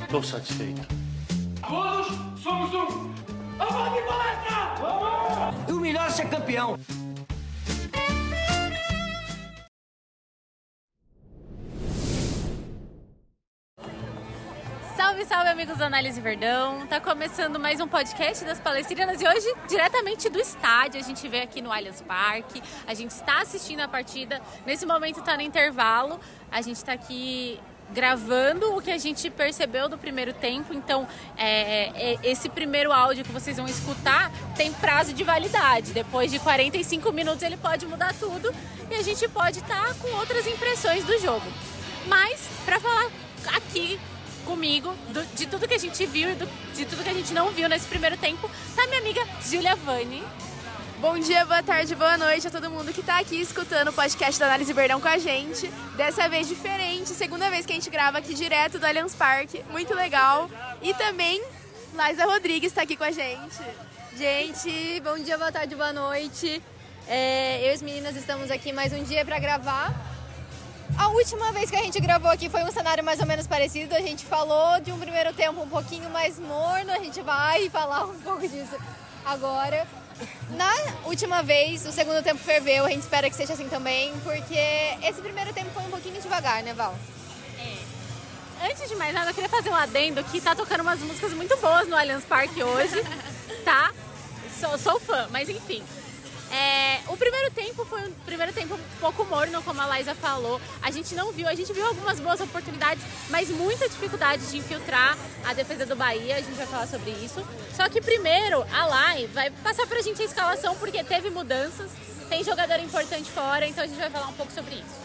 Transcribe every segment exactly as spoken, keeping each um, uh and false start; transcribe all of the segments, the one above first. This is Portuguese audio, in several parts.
Tô satisfeito. Todos somos um. Vamos de palestra! Vamos! E o melhor é ser campeão. Salve, salve, amigos do Análise Verdão. Tá começando mais um podcast das Palestrinas e hoje, diretamente do estádio, a gente veio aqui no Allianz Parque, a gente está assistindo a partida, nesse momento tá no intervalo, a gente tá aqui gravando o que a gente percebeu do primeiro tempo, então é, é, esse primeiro áudio que vocês vão escutar tem prazo de validade, depois de quarenta e cinco minutos ele pode mudar tudo e a gente pode estar com outras impressões do jogo. Mas, para falar aqui comigo, do, de tudo que a gente viu e do, de tudo que a gente não viu nesse primeiro tempo, tá minha amiga Júlia Vani. Bom dia, boa tarde, boa noite a todo mundo que tá aqui escutando o podcast da Análise Verdão com a gente. Dessa vez diferente, segunda vez que a gente grava aqui direto do Allianz Parque, muito legal. E também, Laisa Rodrigues tá aqui com a gente. Gente, bom dia, boa tarde, boa noite. É, eu e as meninas estamos aqui mais um dia pra gravar. A última vez que a gente gravou aqui foi um cenário mais ou menos parecido. A gente falou de um primeiro tempo um pouquinho mais morno, a gente vai falar um pouco disso agora. Na última vez, o segundo tempo ferveu, a gente espera que seja assim também, porque esse primeiro tempo foi um pouquinho devagar, né, Val? É. Antes de mais nada, eu queria fazer um adendo que tá tocando umas músicas muito boas no Allianz Parque hoje, tá? Sou, sou fã, mas enfim. É, o primeiro tempo foi um primeiro tempo um pouco morno, como a Laisa falou. A gente não viu, a gente viu algumas boas oportunidades, mas muita dificuldade de infiltrar a defesa do Bahia. A gente vai falar sobre isso. Só que primeiro a Lai vai passar pra gente a escalação, porque teve mudanças, tem jogador importante fora, então a gente vai falar um pouco sobre isso.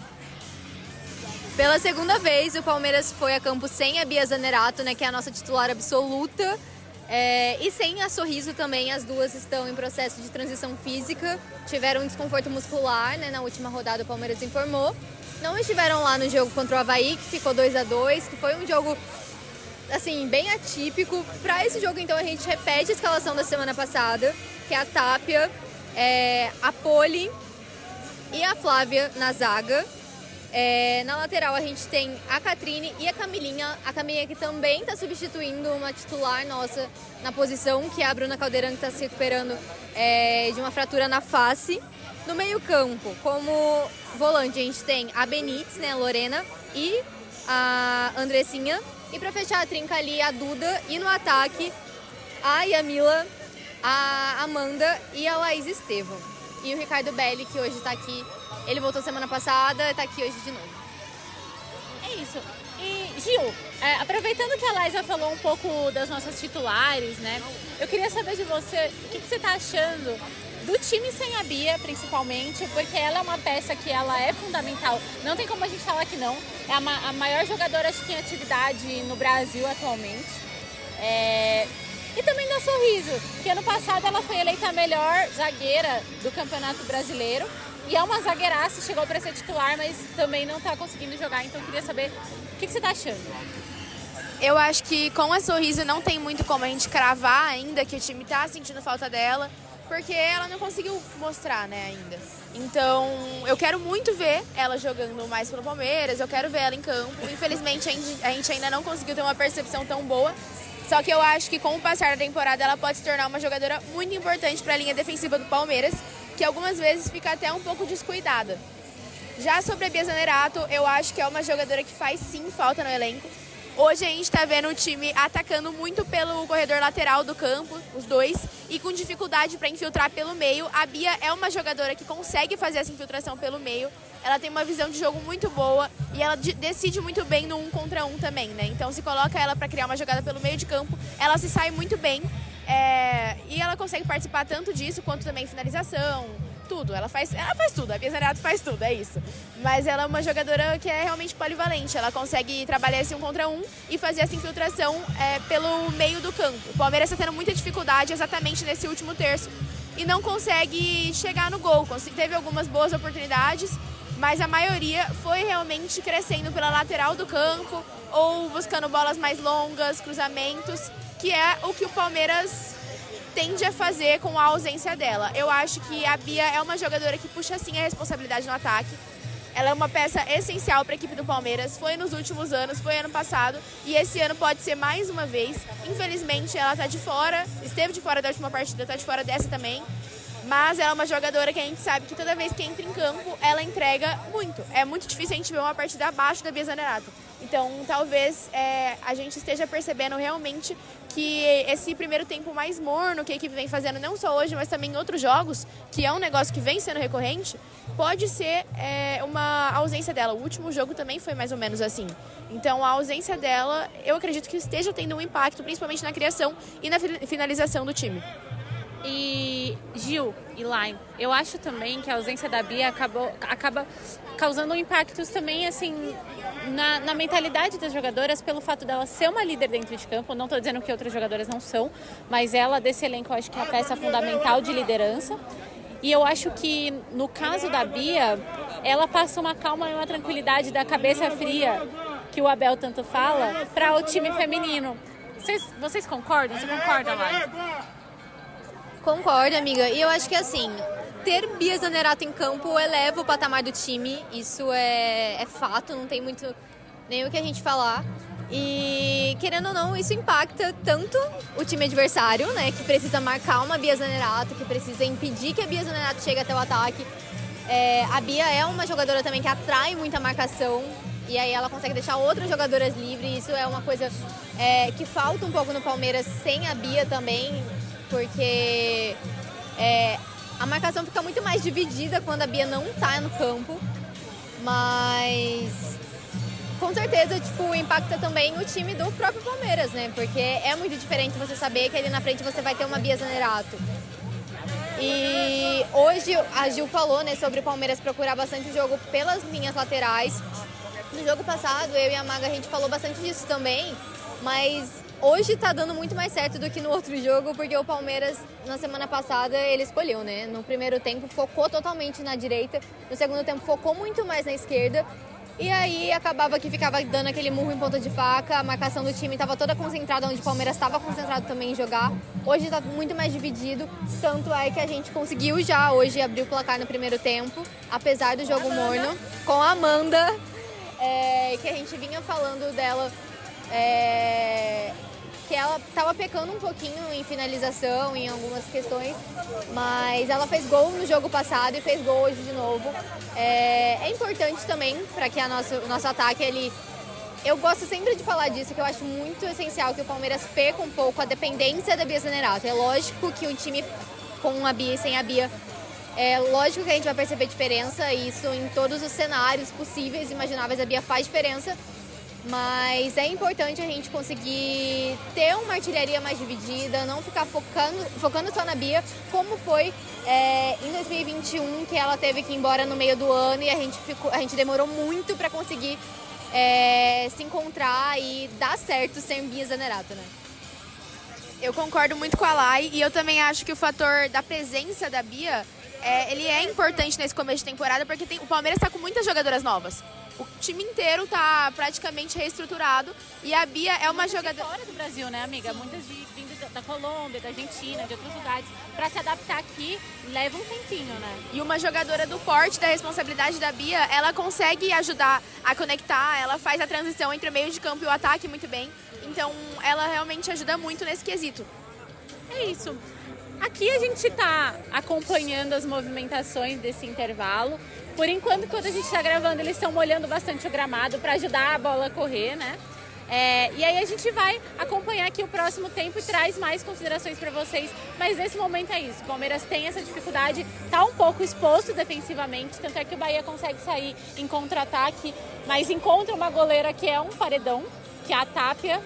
Pela segunda vez, o Palmeiras foi a campo sem a Bia Zanerato, né, que é a nossa titular absoluta. É, e sem a Sorriso também, as duas estão em processo de transição física, tiveram um desconforto muscular, né, na última rodada o Palmeiras informou. Não estiveram lá no jogo contra o Avaí, que ficou dois a dois, que foi um jogo assim, bem atípico. Para esse jogo, então, a gente repete a escalação da semana passada, que é a Tapia, é, a Poli e a Flávia na zaga. É, na lateral a gente tem a Catrine e a Camilinha. A Camilinha que também está substituindo uma titular nossa na posição, que é a Bruna Caldeirão, que está se recuperando é, de uma fratura na face. No meio campo, como volante, a gente tem a Benítez, né, a Lorena, e a Andressinha. E para fechar a trinca ali, a Duda. E no ataque, a Yamila, a Amanda e a Laís Estevam. E o Ricardo Belli, que hoje está aqui. Ele voltou semana passada, tá aqui hoje de novo. É isso. E, Gil, é, aproveitando que a Laisa falou um pouco das nossas titulares, né? Eu queria saber de você, o que, que você tá achando do time sem a Bia, principalmente, porque ela é uma peça que ela é fundamental. Não tem como a gente falar que não. É a, ma- a maior jogadora, acho que em atividade no Brasil atualmente. É... E também da Sorriso, que ano passado ela foi eleita a melhor zagueira do Campeonato Brasileiro. E é uma zagueiraça, chegou para ser titular, mas também não está conseguindo jogar. Então eu queria saber o que, que você está achando. Eu acho que com a Sorriso não tem muito como a gente cravar ainda que o time está sentindo falta dela, porque ela não conseguiu mostrar, né, ainda. Então eu quero muito ver ela jogando mais pelo Palmeiras, eu quero ver ela em campo. Infelizmente a gente ainda não conseguiu ter uma percepção tão boa. Só que eu acho que com o passar da temporada ela pode se tornar uma jogadora muito importante para a linha defensiva do Palmeiras, que algumas vezes fica até um pouco descuidada. Já sobre a Bia Zanerato, eu acho que é uma jogadora que faz sim falta no elenco. Hoje a gente está vendo o time atacando muito pelo corredor lateral do campo, os dois, e com dificuldade para infiltrar pelo meio. A Bia é uma jogadora que consegue fazer essa infiltração pelo meio. Ela tem uma visão de jogo muito boa e ela decide muito bem no um contra um também, né? Então se coloca ela para criar uma jogada pelo meio de campo, ela se sai muito bem. É, e ela consegue participar tanto disso quanto também finalização, tudo. Ela faz, ela faz tudo, a Bia Zanerato faz tudo, é isso. Mas ela é uma jogadora que é realmente polivalente. Ela consegue trabalhar esse um contra um e fazer essa infiltração é, pelo meio do campo. O Palmeiras está tendo muita dificuldade exatamente nesse último terço e não consegue chegar no gol. Teve algumas boas oportunidades, mas a maioria foi realmente crescendo pela lateral do campo ou buscando bolas mais longas, cruzamentos, que é o que o Palmeiras tende a fazer com a ausência dela. Eu acho que a Bia é uma jogadora que puxa sim a responsabilidade no ataque. Ela é uma peça essencial para a equipe do Palmeiras, foi nos últimos anos, foi ano passado e esse ano pode ser mais uma vez. Infelizmente ela está de fora, esteve de fora da última partida, está de fora dessa também. Mas ela é uma jogadora que a gente sabe que toda vez que entra em campo, ela entrega muito. É muito difícil a gente ver uma partida abaixo da Bia Zanerato. Então, talvez é, a gente esteja percebendo realmente que esse primeiro tempo mais morno que a equipe vem fazendo, não só hoje, mas também em outros jogos, que é um negócio que vem sendo recorrente, pode ser é, uma ausência dela. O último jogo também foi mais ou menos assim. Então, a ausência dela, eu acredito que esteja tendo um impacto, principalmente na criação e na finalização do time. E Gil e Lain, eu acho também que a ausência da Bia acabou, acaba causando impactos também assim na, na mentalidade das jogadoras pelo fato dela ser uma líder dentro de campo. Não estou dizendo que outras jogadoras não são, mas ela desse elenco eu acho que é a peça fundamental de liderança. E eu acho que no caso da Bia, ela passa uma calma e uma tranquilidade da cabeça fria que o Abel tanto fala para o time feminino. Vocês, vocês concordam? Você concorda, Lain? Concordo, amiga. E eu acho que, assim, ter Bia Zanerato em campo eleva o patamar do time. Isso é, é fato, não tem muito nem o que a gente falar. E, querendo ou não, isso impacta tanto o time adversário, né, que precisa marcar uma Bia Zanerato, que precisa impedir que a Bia Zanerato chegue até o ataque. É, a Bia é uma jogadora também que atrai muita marcação. E aí ela consegue deixar outras jogadoras livres. Isso é uma coisa é, que falta um pouco no Palmeiras sem a Bia também. Porque é, a marcação fica muito mais dividida quando a Bia não tá no campo, mas com certeza tipo, impacta também o time do próprio Palmeiras, né? Porque é muito diferente você saber que ali na frente você vai ter uma Bia Zanerato. E hoje a Gil falou, né, sobre o Palmeiras procurar bastante jogo pelas linhas laterais. No jogo passado, eu e a Maga, a gente falou bastante disso também, mas hoje tá dando muito mais certo do que no outro jogo, porque o Palmeiras, na semana passada, ele escolheu, né? No primeiro tempo, focou totalmente na direita. No segundo tempo, focou muito mais na esquerda. E aí, acabava que ficava dando aquele murro em ponta de faca. A marcação do time estava toda concentrada, onde o Palmeiras estava concentrado também em jogar. Hoje tá muito mais dividido. Tanto é que a gente conseguiu já hoje abrir o placar no primeiro tempo, apesar do jogo morno, com a Amanda, é, que a gente vinha falando dela... É, que ela estava pecando um pouquinho em finalização, em algumas questões, mas ela fez gol no jogo passado e fez gol hoje de novo. É, é importante também para que a nosso, o nosso ataque, ele... Eu gosto sempre de falar disso, que eu acho muito essencial que o Palmeiras perca um pouco a dependência da Bia Zanerato. É lógico que um time com a Bia e sem a Bia, é lógico que a gente vai perceber diferença, e isso em todos os cenários possíveis, imagináveis, a Bia faz diferença. Mas é importante a gente conseguir ter uma artilharia mais dividida, não ficar focando, focando só na Bia, como foi é, em dois mil e vinte e um, que ela teve que ir embora no meio do ano e a gente, ficou, a gente demorou muito para conseguir é, se encontrar e dar certo sem Bia Zanerato, né? Eu concordo muito com a Lai e eu também acho que o fator da presença da Bia, é, ele é importante nesse começo de temporada, porque tem, o Palmeiras está com muitas jogadoras novas. O time inteiro tá praticamente reestruturado e a Bia é uma jogadora... fora do Brasil, né, amiga? Sim. Muitas vindo da Colômbia, da Argentina, de outros lugares. Para se adaptar aqui, leva um tempinho, né? E uma jogadora do porte, da responsabilidade da Bia, ela consegue ajudar a conectar, ela faz a transição entre o meio de campo e o ataque muito bem. Então, ela realmente ajuda muito nesse quesito. É isso. Aqui a gente tá acompanhando as movimentações desse intervalo. Por enquanto, quando a gente está gravando, eles estão molhando bastante o gramado para ajudar a bola a correr, né? É, e aí a gente vai acompanhar aqui o próximo tempo e traz mais considerações para vocês. Mas nesse momento é isso. O Palmeiras tem essa dificuldade, tá um pouco exposto defensivamente. Tanto é que o Bahia consegue sair em contra-ataque, mas encontra uma goleira que é um paredão, que é a Tapia.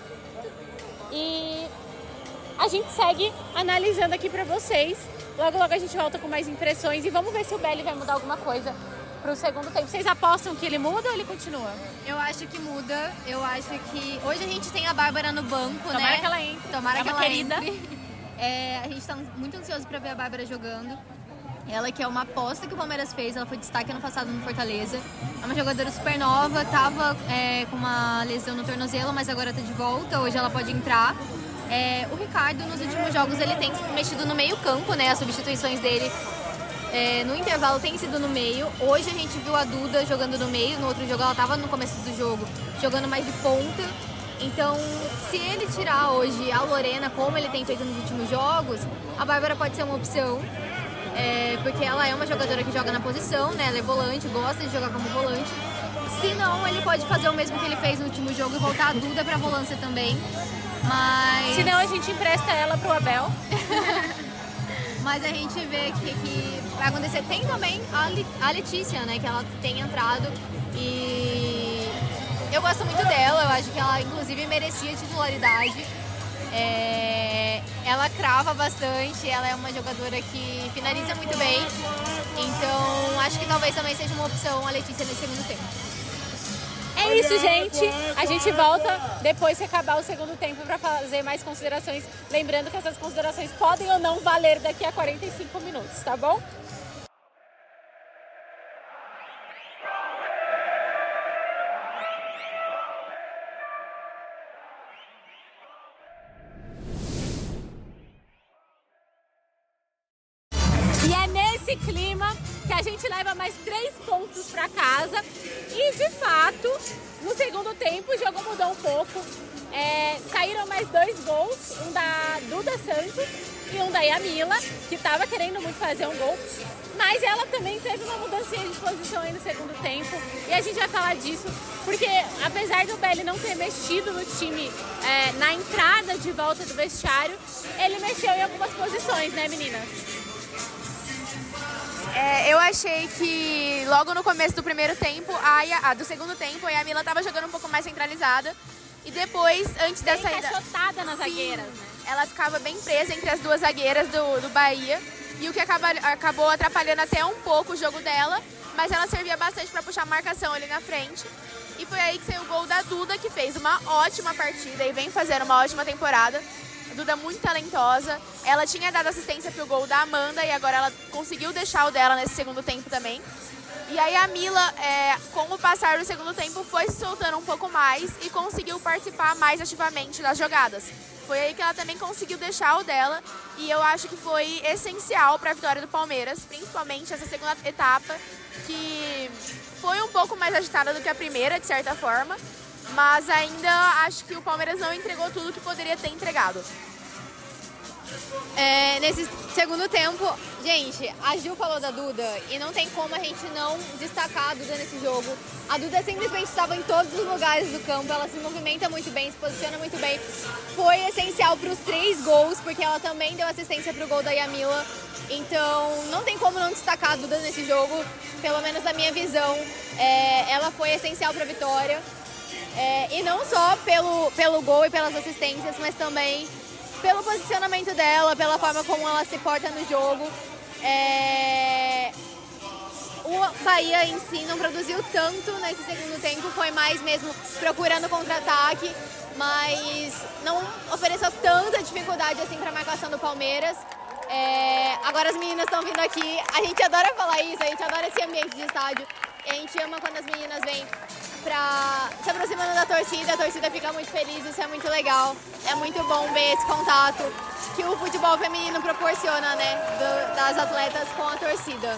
E a gente segue analisando aqui para vocês. Logo, logo a gente volta com mais impressões e vamos ver se o Belly vai mudar alguma coisa pro segundo tempo. Vocês apostam que ele muda ou ele continua? Eu acho que muda. Eu acho que... Hoje a gente tem a Bárbara no banco, Tomara né? Tomara que ela entre. Tomara é que ela querida. entre. É, a gente tá muito ansioso pra ver a Bárbara jogando. Ela que é uma aposta que o Palmeiras fez, ela foi destaque ano passado no Fortaleza. É uma jogadora super nova, tava é, com uma lesão no tornozelo, mas agora tá de volta. Hoje ela pode entrar. É, o Ricardo, nos últimos jogos, ele tem mexido no meio campo, né? As substituições dele é, no intervalo tem sido no meio. Hoje a gente viu a Duda jogando no meio, no outro jogo ela estava no começo do jogo jogando mais de ponta. Então, se ele tirar hoje a Lorena, como ele tem feito nos últimos jogos, a Bárbara pode ser uma opção, é, porque ela é uma jogadora que joga na posição, né? Ela é volante, gosta de jogar como volante. Se não, ele pode fazer o mesmo que ele fez no último jogo e voltar a Duda para a volância também. Mas... Se não, a gente empresta ela pro Abel. Mas a gente vê que, que vai acontecer. Tem também a, a Letícia, né? Que ela tem entrado e eu gosto muito dela. Eu acho que ela, inclusive, merecia titularidade. É, ela crava bastante, ela é uma jogadora que finaliza muito bem. Então, acho que talvez também seja uma opção a Letícia nesse segundo tempo. É isso, gente. A gente volta depois que acabar o segundo tempo para fazer mais considerações. Lembrando que essas considerações podem ou não valer daqui a quarenta e cinco minutos, tá bom? E é nesse clima que a gente leva mais três pontos para casa e, de fato, no segundo tempo o jogo mudou um pouco. É, saíram mais dois gols, um da Duda Santos e um da Yamila, que estava querendo muito fazer um gol, mas ela também teve uma mudança de posição aí no segundo tempo e a gente vai falar disso, porque apesar do Belly não ter mexido no time é, na entrada de volta do vestiário, ele mexeu em algumas posições, né, meninas? É, eu achei que logo no começo do primeiro tempo, a, a do segundo tempo, a Yamila estava jogando um pouco mais centralizada. E depois, antes da bem saída... encaixotada nas Sim, zagueiras, né? Ela ficava bem presa entre as duas zagueiras do, do Bahia. E o que acaba, acabou atrapalhando até um pouco o jogo dela. Mas ela servia bastante para puxar a marcação ali na frente. E foi aí que saiu o gol da Duda, que fez uma ótima partida e vem fazendo uma ótima temporada. A Duda muito talentosa. Ela tinha dado assistência pro gol da Amanda e agora ela conseguiu deixar o dela nesse segundo tempo também. E aí a Mila, é, com o passar do segundo tempo, foi se soltando um pouco mais e conseguiu participar mais ativamente das jogadas. Foi aí que ela também conseguiu deixar o dela e eu acho que foi essencial para a vitória do Palmeiras, principalmente essa segunda etapa, que foi um pouco mais agitada do que a primeira, de certa forma, mas ainda acho que o Palmeiras não entregou tudo que poderia ter entregado. É, nesse segundo tempo, gente, a Gil falou da Duda e não tem como a gente não destacar a Duda nesse jogo. A Duda simplesmente estava em todos os lugares do campo, ela se movimenta muito bem, se posiciona muito bem. Foi essencial para os três gols, porque ela também deu assistência para o gol da Yamila. Então, não tem como não destacar a Duda nesse jogo, pelo menos na minha visão. É, ela foi essencial para a vitória. É, e não só pelo, pelo gol e pelas assistências, mas também pelo posicionamento dela, pela forma como ela se porta no jogo. É... O Bahia em si não produziu tanto nesse segundo tempo, foi mais mesmo procurando contra-ataque, mas não ofereceu tanta dificuldade assim para a marcação do Palmeiras. É... Agora as meninas estão vindo aqui, a gente adora falar isso, a gente adora esse ambiente de estádio. A gente ama quando as meninas vêm pra se aproximando da torcida, a torcida fica muito feliz, isso é muito legal. É muito bom ver esse contato que o futebol feminino proporciona, né, do, das atletas com a torcida.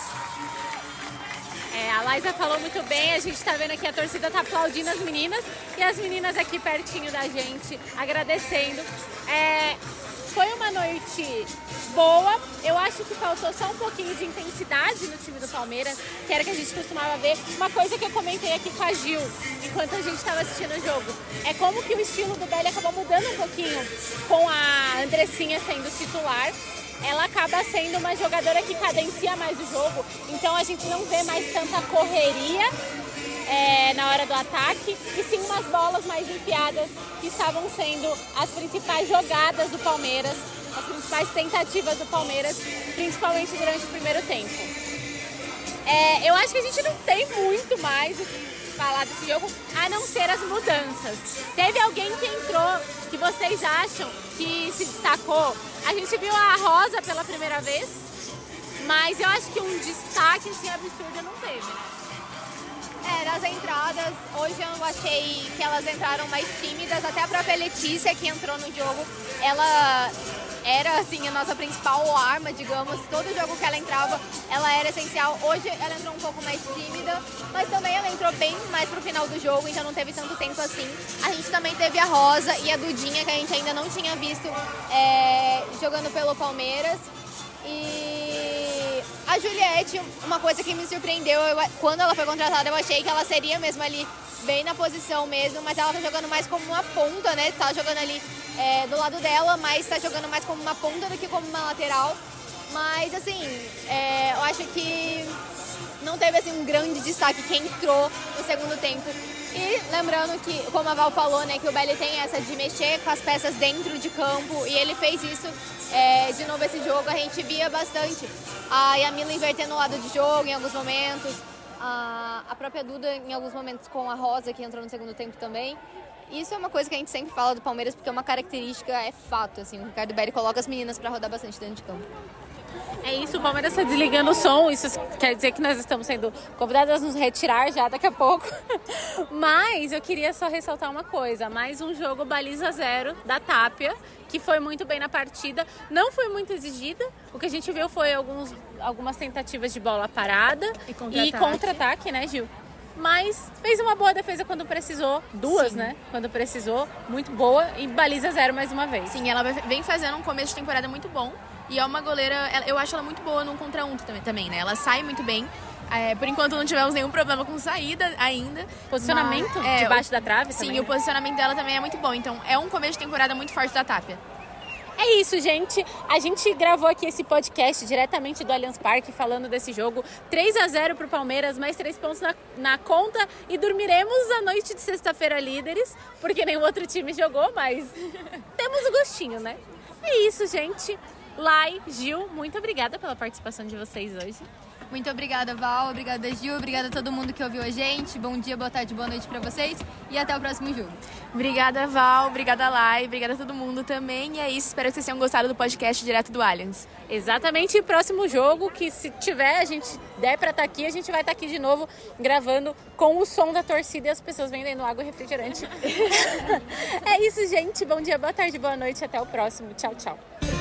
É, a Laísa falou muito bem, a gente tá vendo aqui a torcida tá aplaudindo as meninas e as meninas aqui pertinho da gente, agradecendo. É, foi uma noite boa, eu acho que faltou só um pouquinho de intensidade no time do Palmeiras, que era o que a gente costumava ver. Uma coisa que eu comentei aqui com a Gil, enquanto a gente estava assistindo o jogo, é como que o estilo do Belly acabou mudando um pouquinho com a Andressinha sendo titular. Ela acaba sendo uma jogadora que cadencia mais o jogo, então a gente não vê mais tanta correria é, na hora do ataque, e sim umas bolas mais enfiadas, que estavam sendo as principais jogadas do Palmeiras, as principais tentativas do Palmeiras, principalmente durante o primeiro tempo. É, eu acho que a gente não tem muito mais o que falar desse jogo, a não ser as mudanças. Teve alguém que entrou, que vocês acham que se destacou? A gente viu a Rosa pela primeira vez, mas eu acho que um destaque assim, absurdo não teve, né? É, nas entradas, hoje eu achei que elas entraram mais tímidas, até a própria Letícia que entrou no jogo, ela era assim a nossa principal arma, digamos. Todo jogo que ela entrava, ela era essencial. Hoje ela entrou um pouco mais tímida, mas também ela entrou bem mais pro final do jogo, então não teve tanto tempo assim. A gente também teve a Rosa e a Dudinha, que a gente ainda não tinha visto é, jogando pelo Palmeiras. E a Juliette, uma coisa que me surpreendeu, eu, quando ela foi contratada, eu achei que ela seria mesmo ali bem na posição mesmo, mas ela tá jogando mais como uma ponta, né? Tá jogando ali é, do lado dela, mas tá jogando mais como uma ponta do que como uma lateral. Mas, assim, é, eu acho que não teve assim, um grande destaque quem entrou no segundo tempo. E lembrando que, como a Val falou, né, que o Belly tem essa de mexer com as peças dentro de campo, e ele fez isso é, de novo esse jogo. A gente via bastante a Yamila invertendo o lado de jogo em alguns momentos, a, a própria Duda em alguns momentos com a Rosa, que entrou no segundo tempo também. Isso é uma coisa que a gente sempre fala do Palmeiras, porque é uma característica, é fato, assim, o Ricardo Belli coloca as meninas para rodar bastante dentro de campo. É isso, o Palmeiras está desligando o som, isso quer dizer que nós estamos sendo convidadas a nos retirar já daqui a pouco. Mas eu queria só ressaltar uma coisa, mais um jogo baliza zero da Tapia, que foi muito bem na partida, não foi muito exigida, o que a gente viu foi alguns, algumas tentativas de bola parada e contra-ataque, e contra-ataque, né, Gil? Mas fez uma boa defesa quando precisou, duas, Sim. né? Quando precisou, muito boa, e baliza zero mais uma vez. Sim, ela vem fazendo um começo de temporada muito bom. E é uma goleira, eu acho ela muito boa num contra um também, né? Ela sai muito bem. É, por enquanto não tivemos nenhum problema com saída ainda. Posicionamento mas, é, debaixo da trave sim, também. Sim, o posicionamento dela também é muito bom. Então é um começo de temporada muito forte da Tapia. É isso, gente. A gente gravou aqui esse podcast diretamente do Allianz Parque, falando desse jogo. três a zero pro Palmeiras, mais três pontos na, na conta. E dormiremos a noite de sexta-feira líderes, porque nenhum outro time jogou, mas temos o gostinho, né? É isso, gente. Lai, Gil, muito obrigada pela participação de vocês hoje. Muito obrigada, Val. Obrigada, Gil. Obrigada a todo mundo que ouviu a gente. Bom dia, boa tarde, boa noite pra vocês. E até o próximo jogo. Obrigada, Val. Obrigada, Lai. Obrigada a todo mundo também. E é isso. Espero que vocês tenham gostado do podcast direto do Allianz. Exatamente. E próximo jogo, que se tiver, a gente der pra estar aqui, a gente vai estar aqui de novo gravando com o som da torcida e as pessoas vendendo água e refrigerante. É isso, gente. Bom dia, boa tarde, boa noite. Até o próximo. Tchau, tchau.